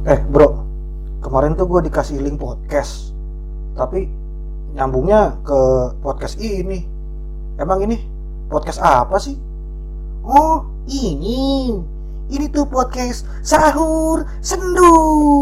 Bro, kemarin tuh gue dikasih link podcast, tapi nyambungnya ke podcast ini. Emang ini podcast apa sih? Oh, ini tuh podcast Sahur Sendu.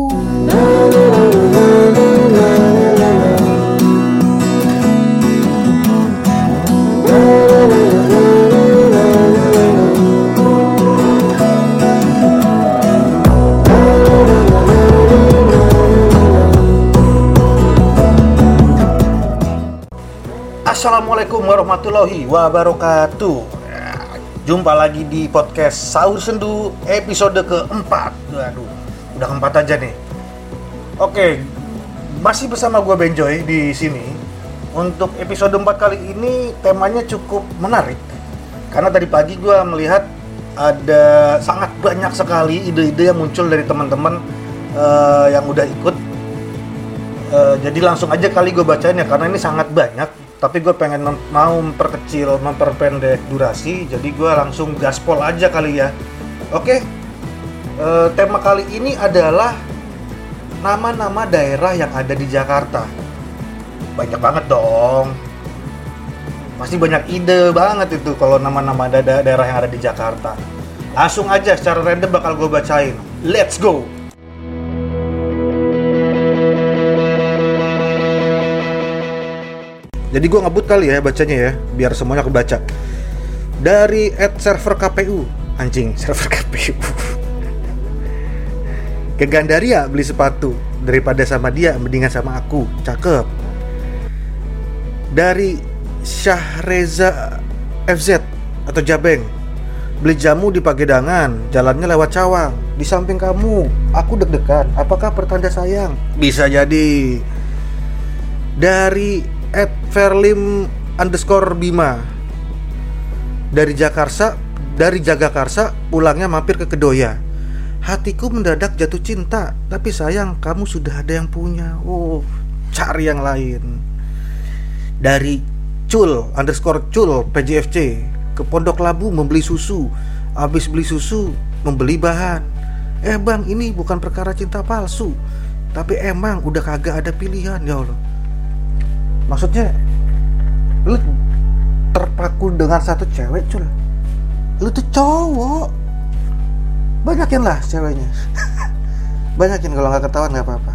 Assalamualaikum warahmatullahi wabarakatuh. Jumpa lagi di podcast Sahur Sendu episode keempat. Aduh, udah keempat aja nih. Oke, masih bersama gue Benjoy di sini. Untuk episode 4 kali ini temanya cukup menarik. Karena tadi pagi gue melihat ada sangat banyak sekali ide-ide yang muncul dari teman-teman yang udah ikut. Jadi langsung aja kali gue bacain ya, karena ini sangat banyak. Tapi gue pengen mau memperpendek durasi, jadi gue langsung gaspol aja kali ya. Oke, tema kali ini adalah nama-nama daerah yang ada di Jakarta. Banyak banget dong. Pasti banyak ide banget itu kalau nama-nama daerah yang ada di Jakarta. Langsung aja secara random bakal gue bacain. Let's go! Jadi gue ngebut kali ya bacanya ya, biar semuanya kebaca. Dari @server_kpu, anjing, server KPU. Ke Gandaria beli sepatu, daripada sama dia mendingan sama aku, cakep. Dari Syahreza FZ atau Jabeng, beli jamu di Pagedangan, jalannya lewat Cawang. Di samping kamu, aku deg-degan, apakah pertanda sayang? Bisa jadi. Dari @verlim_bima, dari Jagakarsa pulangnya mampir ke Kedoya. Hatiku mendadak jatuh cinta, tapi sayang kamu sudah ada yang punya. Oh, cari yang lain. Dari Cul PJFC, ke Pondok Labu membeli susu. Habis beli susu membeli bahan. Bang, ini bukan perkara cinta palsu, tapi emang udah kagak ada pilihan. Ya Allah, maksudnya lu terpaku dengan satu cewek, Cul. Lu tuh cowok, banyakin lah ceweknya. Banyakin, kalau gak ketahuan gak apa-apa.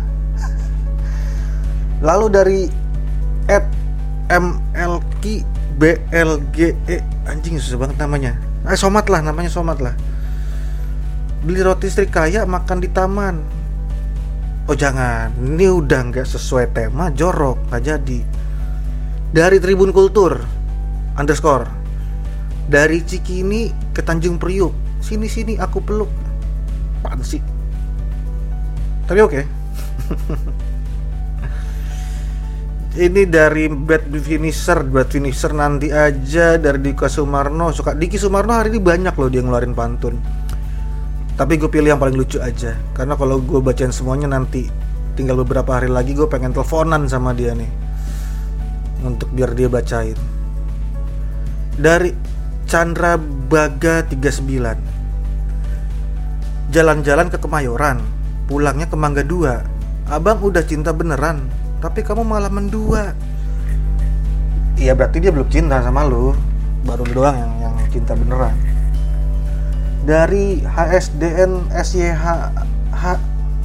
Lalu dari @mlkblge, anjing susah banget namanya. Somat lah, namanya Somat lah. Beli roti Srikaya makan di taman. Oh jangan, ini udah gak sesuai tema, jorok, gak jadi. Dari Tribun Kultur _ dari Cikini ke Tanjung Priuk, sini aku peluk. Apaan sih? Tapi oke. Ini dari Bad Finisher nanti aja. Dari Diki Sumarno, Diki Sumarno hari ini banyak loh dia ngeluarin pantun. Tapi gue pilih yang paling lucu aja, karena kalau gue bacain semuanya nanti tinggal beberapa hari lagi gue pengen teleponan sama dia nih, untuk biar dia bacain. Dari Chandra Baga 39, jalan-jalan ke Kemayoran, pulangnya ke Mangga 2. Abang udah cinta beneran, tapi kamu malah mendua. Iya, berarti dia belum cinta sama lu, baru lu doang yang cinta beneran. Dari HSDN SYHH,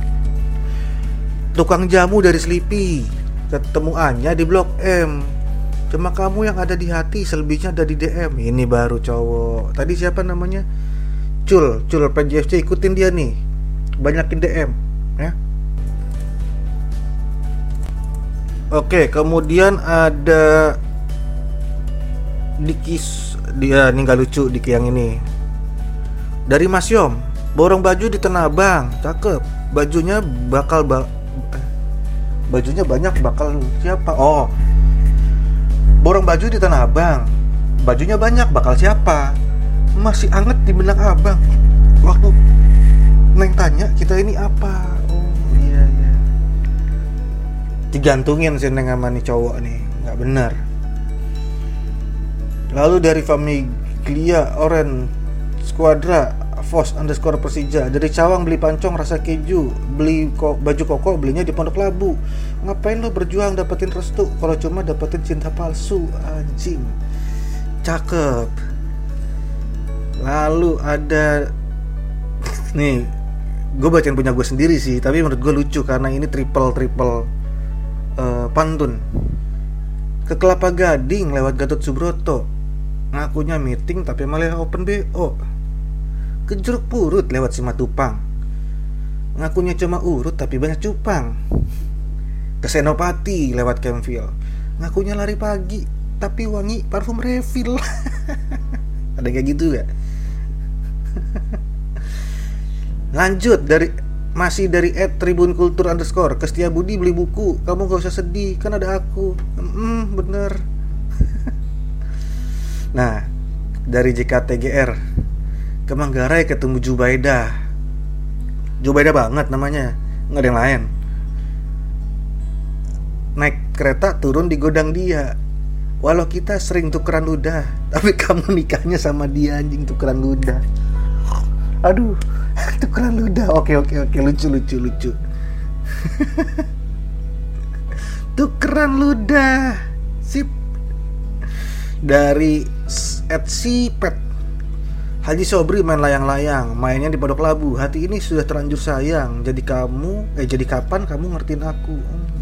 tukang jamu dari Sleepy, ketemu Anya di Blok M. Cuma kamu yang ada di hati, selebihnya ada di DM. Ini baru cowok. Tadi siapa namanya? Cul PJFC, ikutin dia nih, banyakin DM ya. Oke, kemudian ada Dikis, dia nih gak lucu, Diki yang ini. Dari Mas Yom, borong baju di Tanah Abang, cakep. Bajunya banyak, bakal siapa? Oh, borong baju di Tanah Abang, bajunya banyak, bakal siapa? Masih anget di benak abang. Waktu Neng tanya kita ini apa? Oh iya. Digantungin sih Neng sama nih cowok nih, nggak benar. Lalu dari Famiglia Oren Squadra @fos_persija. Dari Cawang beli pancong rasa keju, beli baju koko belinya di Pondok Labu. Ngapain lo berjuang dapetin restu kalau cuma dapetin cinta palsu? Anjing. Cakep. Lalu ada nih, gue bacain punya gue sendiri sih, tapi menurut gue lucu karena ini triple pantun. Ke Kelapa Gading lewat Gatot Subroto, ngakunya meeting tapi malah open BO. Ke Jeruk Purut lewat Simatupang, ngakunya cuma urut tapi banyak cupang. Ke Senopati lewat Campville, ngakunya lari pagi tapi wangi parfum refill. Ada kayak gitu gak? Lanjut masih dari @tribunkultur_. Ke Setiabudi beli buku, kamu gak usah sedih kan ada aku. Bener. Nah, dari JKTGR, ke Manggarai ketemu Jubaidah banget namanya, nggak ada yang lain. Naik kereta turun di godang dia, walau kita sering tukeran ludah, tapi kamu nikahnya sama dia, anjing. Tukeran ludah, aduh. Tukeran ludah, oke, lucu. Tukeran ludah, sip. Dari @sipet, Haji Sobri main layang-layang, mainnya di Pondok Labu. Hati ini sudah terlanjur sayang, jadi kapan kamu ngertiin aku?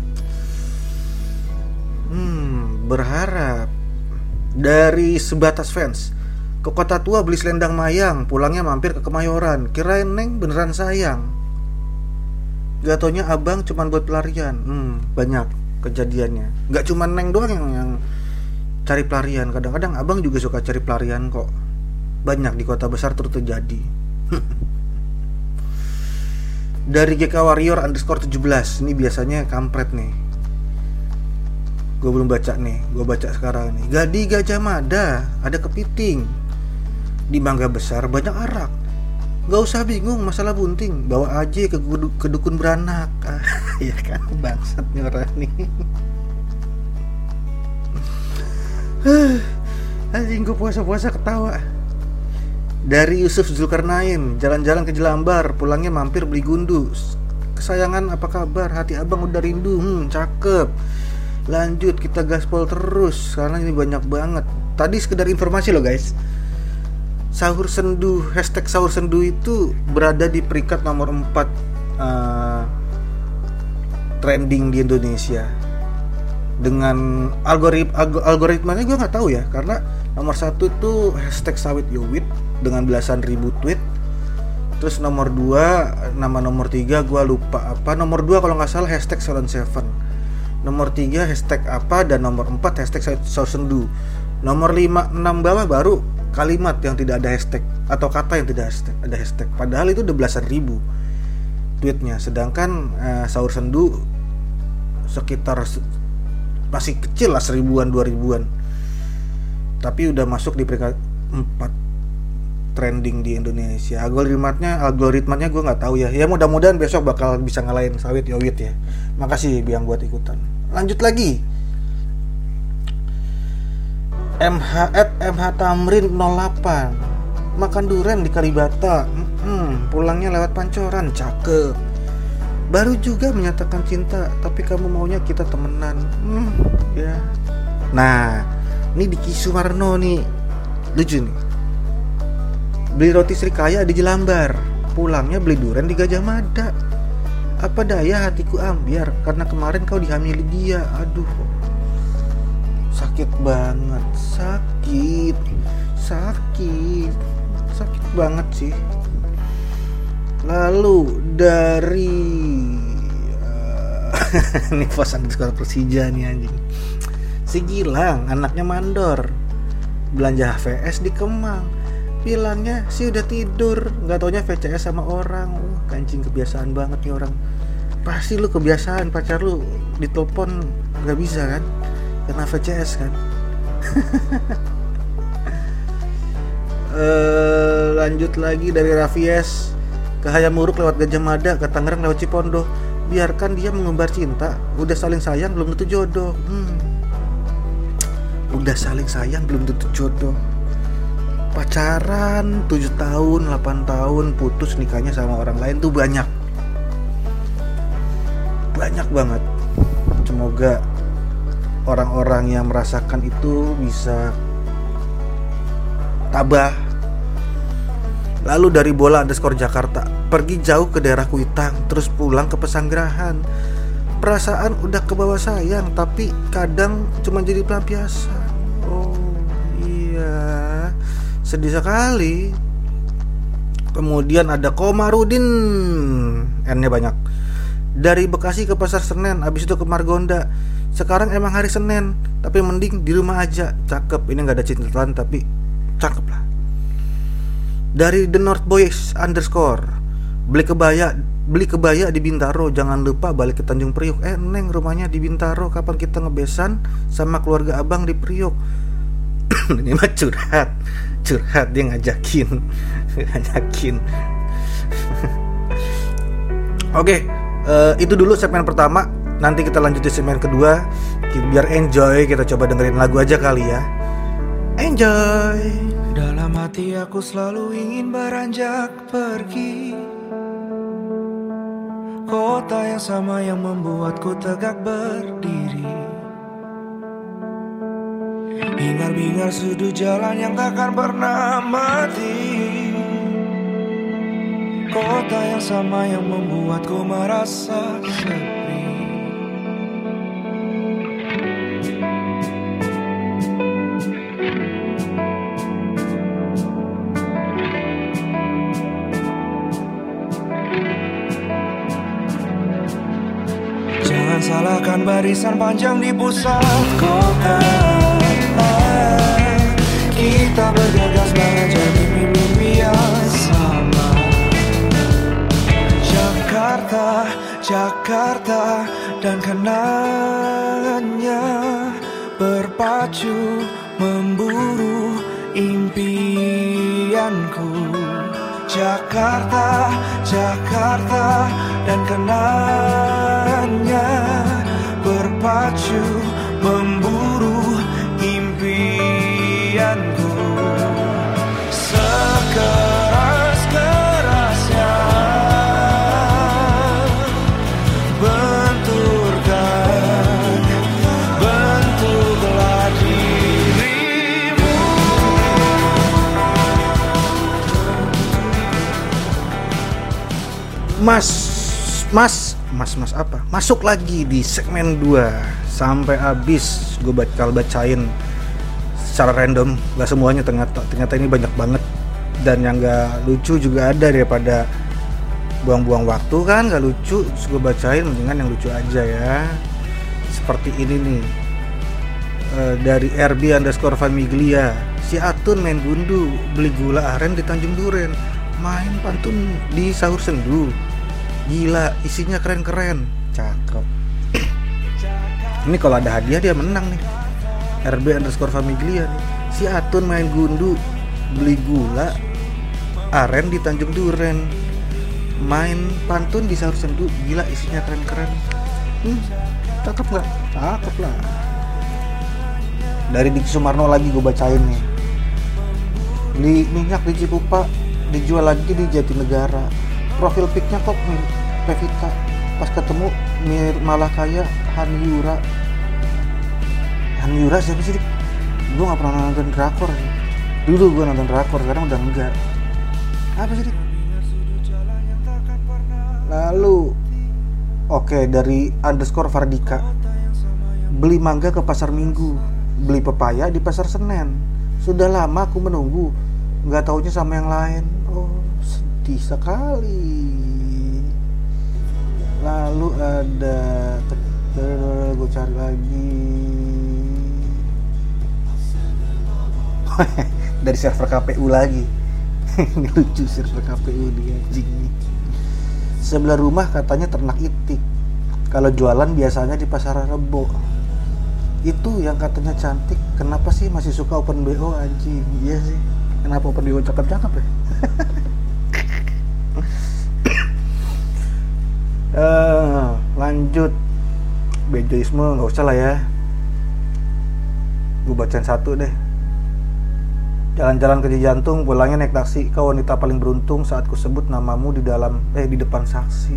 Berharap. Dari Sebatas Fans, ke Kota Tua beli selendang mayang, pulangnya mampir ke Kemayoran, kirain Neng beneran sayang, gak taunya abang cuman buat pelarian. Banyak kejadiannya, gak cuman Neng doang yang cari pelarian, kadang-kadang abang juga suka cari pelarian kok. Banyak di kota besar terus terjadi. Dari GK_Warrior_17, ini biasanya kampret nih, gue belum baca nih, gue baca sekarang nih. Gadi Gajah Mada ada kepiting, di Mangga Besar banyak arak, gak usah bingung masalah bunting, bawa aja ke dukun beranak. Ya kan, bangsat nih orang nih. Anjing, gue puasa-puasa ketawa. Dari Yusuf Zulkarnain, jalan-jalan ke Jelambar, pulangnya mampir beli gundu. Kesayangan apa kabar, hati abang udah rindu. Cakep. Lanjut, kita gaspol terus karena ini banyak banget. Tadi sekedar informasi loh guys, Sahur Sendu, hashtag Sahur Sendu itu berada di peringkat nomor 4 trending di Indonesia. Dengan algoritmanya gue nggak tahu ya, karena nomor 1 tuh hashtag Sawit Yowit dengan belasan ribu tweet. Terus nomor 2, nomor 3 gue lupa apa. Nomor 2 kalau nggak salah hashtag Salon Seven. Nomor 3 hashtag apa, dan nomor 4 hashtag Sahur Sendu. Nomor 5, 6 bawah baru kalimat yang tidak ada hashtag atau kata yang tidak ada hashtag. Padahal itu udah belasan ribu tweetnya. Sedangkan Sahur Sendu sekitar masih kecil lah, 1000-an 2000-an, tapi udah masuk di peringkat 4 trending di Indonesia. Algoritmanya gue nggak tahu ya. Ya mudah-mudahan besok bakal bisa ngalahin Sawit Yowit ya. Makasih Biang buat ikutan. Lanjut lagi. MH Tamrin 08, makan durian di Kalibata, pulangnya lewat Pancoran, cakep. Baru juga menyatakan cinta, tapi kamu maunya kita temenan. Ya. Nah, ini di Kisumarno nih, lucu nih. Beli roti Srikaya di Jelambar, pulangnya beli durian di Gajah Mada. Apa daya hatiku ambiar, karena kemarin kau dihamili dia. Aduh, sakit banget, sakit banget sih. Lalu dari ini @Persija nih anjing. Si Gilang anaknya mandor, belanja HVS di Kemang, bilangnya sih udah tidur, nggak taunya VCS sama orang. Kancing, kebiasaan banget nih orang. Pasti lu kebiasaan pacar lu ditelepon nggak bisa kan, karena VCS kan. Lanjut lagi dari Rafies, ke Hayam Muruk lewat Gajah Mada, ke Tangerang lewat Cipondo. Biarkan dia mengembar cinta, udah saling sayang belum tentu jodoh. Udah saling sayang belum tentu jodoh. pacaran 7 tahun, 8 tahun, putus nikahnya sama orang lain tuh banyak banget. Semoga orang-orang yang merasakan itu bisa tabah. Lalu dari bola_Jakarta, pergi jauh ke daerah Kuitang, terus pulang ke Pesanggerahan. Perasaan udah ke bawah sayang, tapi kadang cuma jadi pelampiasan. Oh iya, sedih sekali. Kemudian ada Komarudin, N-nya banyak. Dari Bekasi ke Pasar Senen, habis itu ke Margonda. Sekarang emang hari Senin, tapi mending di rumah aja. Cakep, ini gak ada cintaan tapi cakep lah. Dari The North Boys _ beli kebaya di Bintaro, jangan lupa balik ke Tanjung Priok. Neng rumahnya di Bintaro, kapan kita ngebesan sama keluarga abang di Priok? Ini mah curhat dia ngajakin. Oke, itu dulu segmen pertama. Nanti kita lanjut di segmen kedua. Biar enjoy, kita coba dengerin lagu aja kali ya. Enjoy. Dalam hati aku selalu ingin beranjak pergi, kota yang sama yang membuatku tegak berdiri. Hingar-bingar sudut jalan yang takkan pernah mati, kota yang sama yang membuatku merasa sepi. Jangan salahkan barisan panjang di pusat kota. Kita bergegas menjadi mimpi yang sama. Jakarta dan kenangannya berpacu memburu impianku. Jakarta dan kenangannya berpacu memburu impianku. Sekeras-kerasnya benturlah dirimu. Mas apa? Masuk lagi di segmen 2 sampai habis. Gue bakal bacain secara random, gak semuanya, ternyata ini banyak banget. Dan yang gak lucu juga ada, daripada buang-buang waktu kan gak lucu, terus gue bacain, mendingan yang lucu aja ya. Seperti ini nih, dari RB_Famiglia. Si Atun main gundu, beli gula aren di Tanjung Duren, main pantun di Sahur Sendu. Gila, isinya keren-keren. Cakep. Ini kalau ada hadiah dia menang nih. RB_Famiglia nih. Si Atun main gundu, beli gula aren di Tanjung Duren, main pantun di Sahur Sendu. Gila, isinya keren-keren. Cakep gak? Cakep lah. Dari Dik Sumarno lagi gue bacain nih. Beli minyak di Cipupa, dijual lagi di Jatinegara. Profil pic-nya kok mirip Pevita, pas ketemu malah kayak Hanyura siapa sih? Gue gak pernah nonton drakor sih. Dulu gue nonton drakor, sekarang udah enggak. Apa sih? Lalu dari _Fardika, beli mangga ke pasar Minggu, beli pepaya di pasar Senen. Sudah lama aku menunggu, gak taunya sama yang lain. Oh, sedih sekali. Lalu ada, gue cari lagi. Dari server KPU lagi. Ini lucu, server KPU dia anjing. Sebelah rumah katanya ternak itik. Kalau jualan biasanya di pasar Rebo. Itu yang katanya cantik. Kenapa sih masih suka open BO anjing? Iya sih. Kenapa open BO cakep-cakep ya? Lanjut. Bejoisme nggak usah lah ya. Gue bacain satu deh. Jalan-jalan ke jantung, pulangnya naik taksi. Kau wanita paling beruntung saat ku sebut namamu di depan saksi.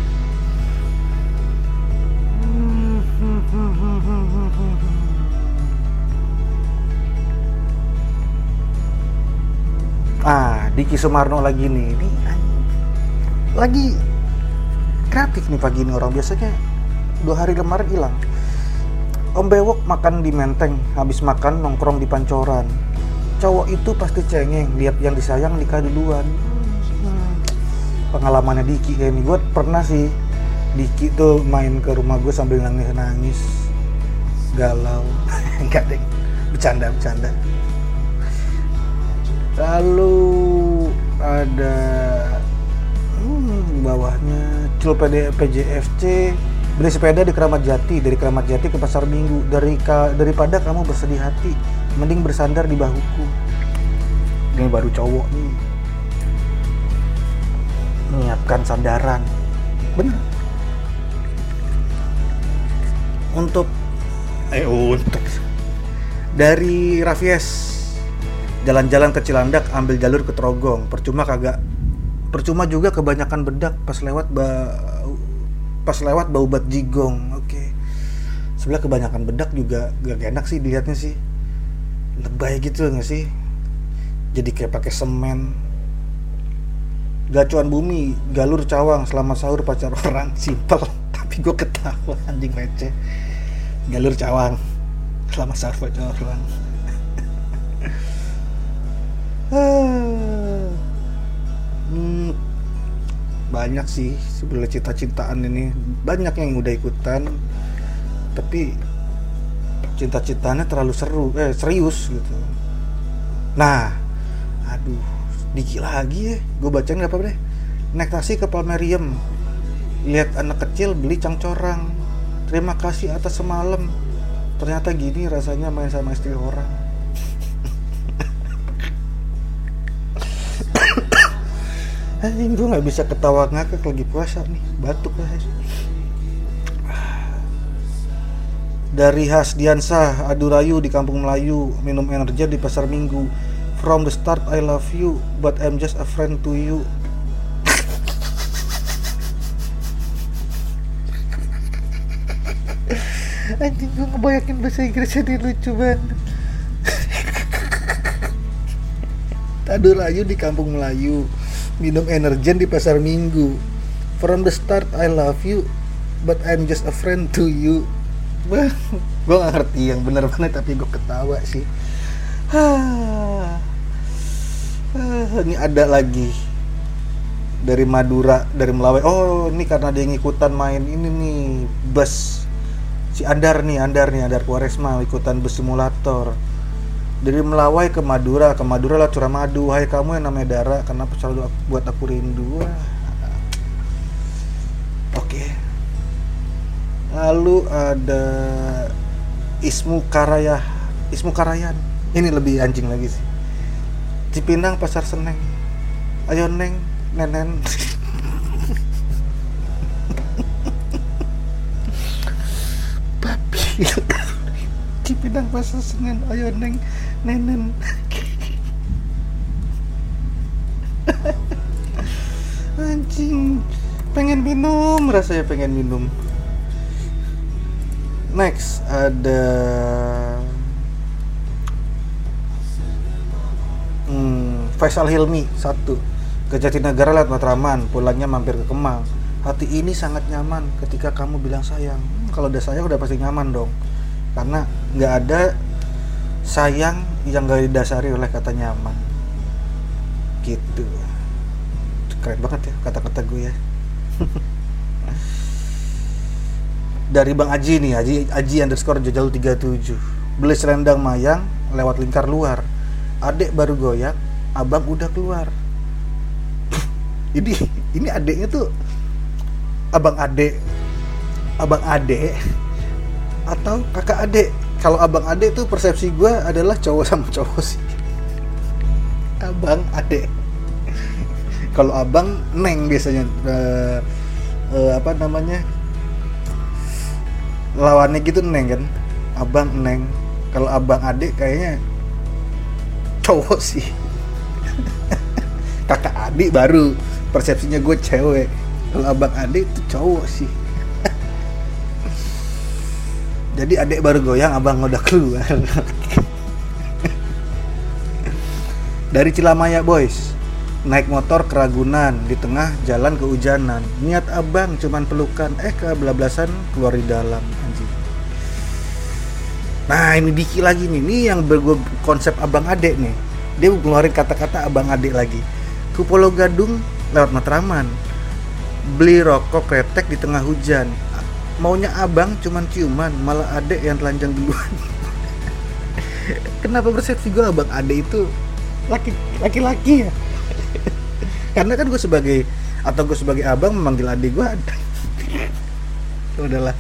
Diki Sumarno lagi nih. Ini lagi kreatif nih pagi ini orang. Biasanya 2 hari kemarin hilang. Om Bewok makan di Menteng, habis makan nongkrong di Pancoran. Cowok itu pasti cengeng, lihat yang disayang nikah duluan. Pengalamannya Diki kayak ini. Gue pernah sih, Diki tuh main ke rumah gue sambil nangis-nangis, galau. Enggak deh, bercanda. Lalu ada bawahnya Cul PJFC beli sepeda di Keramat Jati, dari Keramat Jati ke Pasar Minggu. Daripada kamu bersedih hati, mending bersandar di bahuku. Ini baru cowok nih, menyiapkan sandaran. Bener. Untuk dari Rafies, jalan-jalan ke Cilandak, ambil jalur ke Trogong. Percuma juga kebanyakan bedak pas lewat bau bat jigong. Oke. Sebelah kebanyakan bedak juga gak enak sih dilihatnya sih. Lebay gitu nggak sih? Jadi kayak pakai semen. Gacuan bumi, galur cawang, selama sahur pacar orang. Simpel, tapi gue ketawa, anjing receh. Galur cawang, selama sahur pacar orang. Banyak sih sebenarnya cinta-cintaan ini. Banyak yang udah ikutan, tapi cinta-cintaannya terlalu serius gitu. Nah, Diki lagi ya. Gue bacain gak apa-apa deh. Naik taksi ke Palmerium, lihat anak kecil beli cangcorang. Terima kasih atas semalam. Ternyata gini rasanya main sama istri orang. Anjing, gue gak bisa ketawa ngakak lagi puasa nih. Batuk lah. Dari Hasdiansah, adu rayu di Kampung Melayu, minum energi di Pasar Minggu. From the start I love you, but I'm just a friend to you. Anjing, gue ngebayangin bahasa Inggrisnya dia lucu banget. Adu rayu di Kampung Melayu, minum energen di Pasar Minggu. From the start I love you, but I'm just a friend to you. Gue gak ngerti yang bener-bener, tapi gue ketawa sih. Ini ada lagi dari Madura, dari Melawai. Oh, ini karena dia ngikutan main ini nih, bus. Si Andar Quaresma ikutan bus simulator. Dari Melawai ke Madura lah Curamadu. Hai kamu yang namanya Dara, kenapa selalu buat aku rindu? Oke. Lalu ada Ismu Karayan. Ini lebih anjing lagi sih. Cipinang Pasar Seneng. Ayo neng, nenen. Babi. Cipinang Pasar Senen. Ayo neng, nenen. Anjing. Rasanya pengen minum. Next ada Faisal Hilmi 1 ke Jatinegara lewat Matraman, pulangnya mampir ke Kemang. Hati ini sangat nyaman ketika kamu bilang sayang. Kalau udah sayang udah pasti nyaman dong, karena nggak ada sayang yang nggak didasari oleh kata nyaman. Gitu. Keren banget ya kata-kata gue ya. Dari Bang Aji nih, Aji _ Jajal 37. Beli selendang mayang lewat lingkar luar. Adek baru goyak, abang udah keluar. Ini adeknya tuh abang adek atau kakak adek. Kalau abang adek tuh persepsi gue adalah cowok sama cowok sih. Abang adek. Kalau abang neng biasanya lawannya gitu neng kan. Abang neng. Kalau abang adek kayaknya cowok sih. Kakak adik baru persepsinya gue cewek. Kalau abang adik itu cowok sih. Jadi adik baru goyang, abang udah keluar. Dari Cilamaya boys, naik motor ke Ragunan, di tengah jalan kehujanan. Niat abang cuman pelukan, kebablasan keluar di dalam, anjing. Nah ini Diki lagi nih, ini yang konsep abang adek nih. Dia ngeluarin kata-kata abang adek lagi. Ke Pulau Gadung lewat Matraman, beli rokok kretek di tengah hujan. Maunya abang cuman ciuman, malah adek yang telanjang duluan. Kenapa persepsi gue abang adek itu laki-laki ya? Karena kan gue sebagai abang memanggil adik gue adek. Udahlah.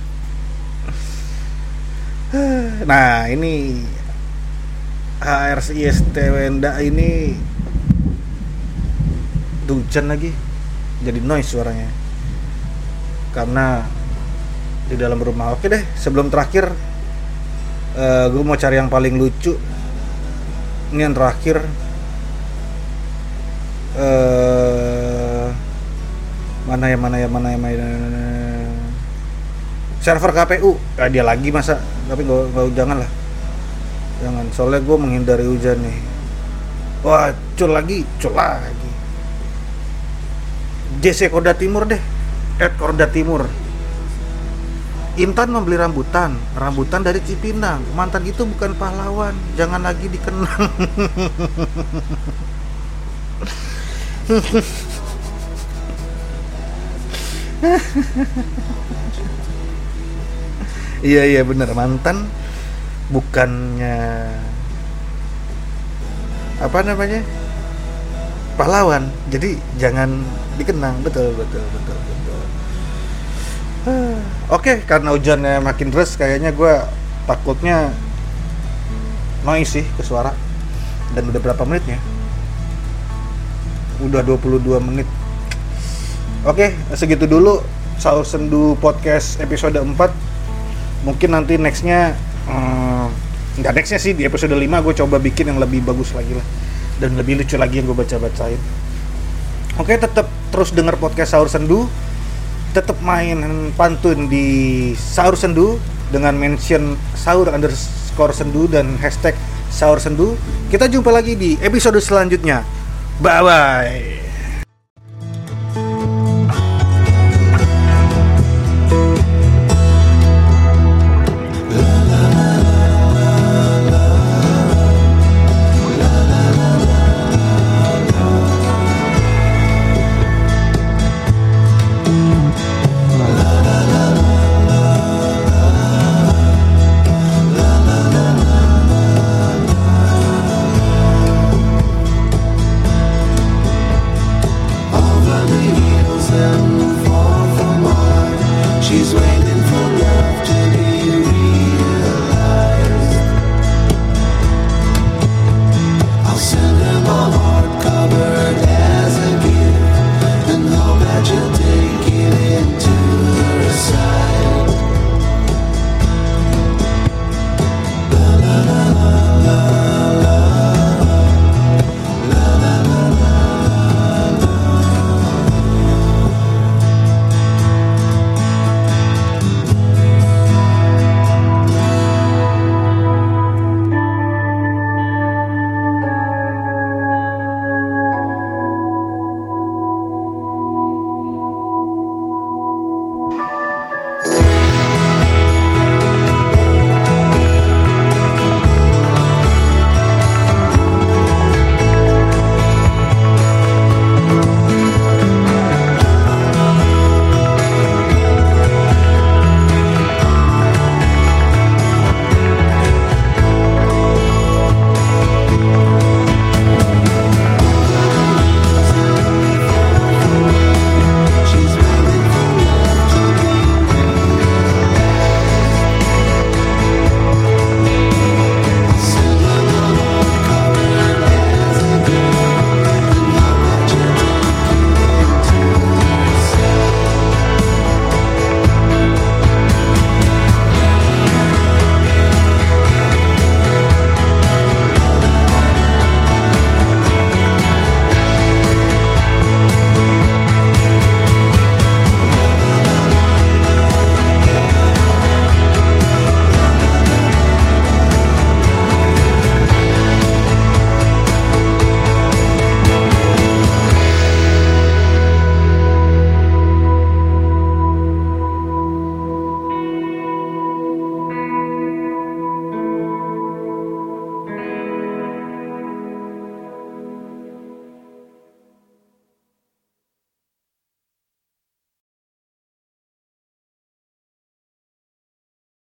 Nah ini HRCST Wenda ini hujan lagi, jadi noise suaranya karena di dalam rumah. Oke deh, sebelum terakhir gue mau cari yang paling lucu. Ini yang terakhir. Mana ya. Server KPU, dia lagi masa, tapi gak jangan jangan, soalnya gue menghindari hujan nih. Wah, cul lagi. JC Korda Timur deh, Korda Timur. Intan membeli rambutan dari Cipinang. Mantan itu bukan pahlawan, jangan lagi dikenang. Iya bener, mantan bukannya pahlawan, jadi jangan dikenang. Betul. Oke, karena hujannya makin deras, kayaknya gue takutnya noise sih ke suara. Dan udah berapa menitnya? Udah 22 menit. Oke, segitu dulu Sahur Sendu Podcast episode 4. Mungkin nanti nextnya sih di episode 5 gue coba bikin yang lebih bagus lagi lah, dan lebih lucu lagi yang gue bacain. Oke, tetap terus denger podcast Sahur Sendu. Tetap main pantun di Sahur Sendu dengan mention _sendu dan hashtag Sahur Sendu. Kita jumpa lagi di episode selanjutnya. Bye bye.